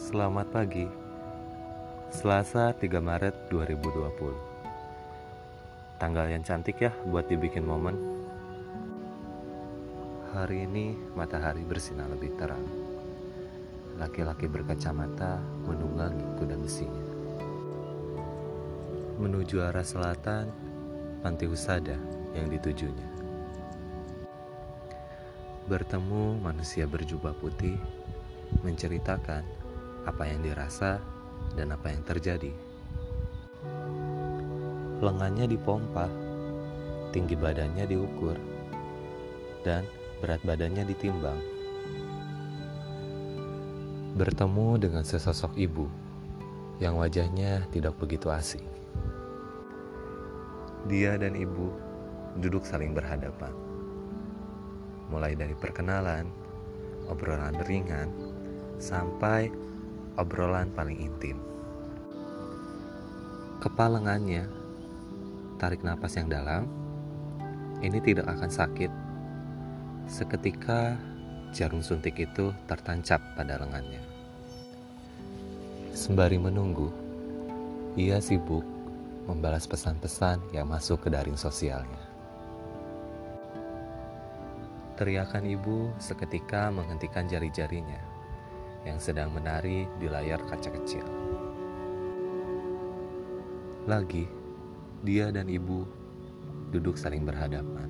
Selamat pagi, Selasa 3 Maret 2020. Tanggal yang cantik ya buat dibikin momen. Hari ini matahari bersinar lebih terang. Laki-laki berkacamata menunggangi kuda besinya. Menuju arah selatan, panti Husada yang ditujunya. Bertemu manusia berjubah putih, menceritakan apa yang dirasa dan apa yang terjadi. Lengannya dipompa, tinggi badannya diukur, dan berat badannya ditimbang. Bertemu dengan sesosok ibu yang wajahnya tidak begitu asing. Dia dan ibu duduk saling berhadapan. Mulai dari perkenalan, obrolan ringan, sampai obrolan paling intim. Kepala lengannya, tarik napas yang dalam, ini tidak akan sakit. Seketika jarum suntik itu tertancap pada lengannya. Sembari menunggu, ia sibuk membalas pesan-pesan yang masuk ke daring sosialnya. Teriakan ibu seketika menghentikan jari-jarinya yang sedang menari di layar kaca kecil. Lagi, dia dan ibu duduk saling berhadapan.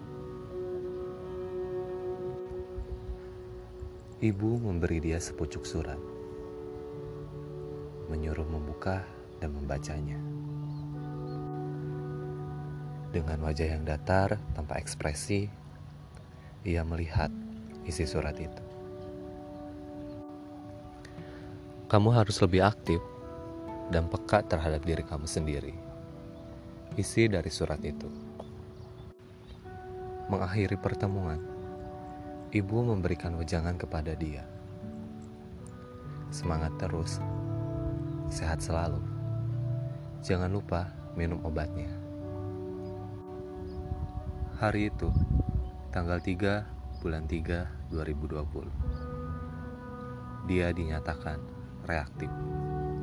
Ibu memberi dia sepucuk surat, menyuruh membuka dan membacanya. Dengan wajah yang datar tanpa ekspresi, ia melihat isi surat itu. Kamu harus lebih aktif dan peka terhadap diri kamu sendiri. Isi dari surat itu. Mengakhiri pertemuan, ibu memberikan wejangan kepada dia. Semangat terus, sehat selalu. Jangan lupa minum obatnya. Hari itu, tanggal 3 bulan 3 2020. Dia dinyatakan reaktif.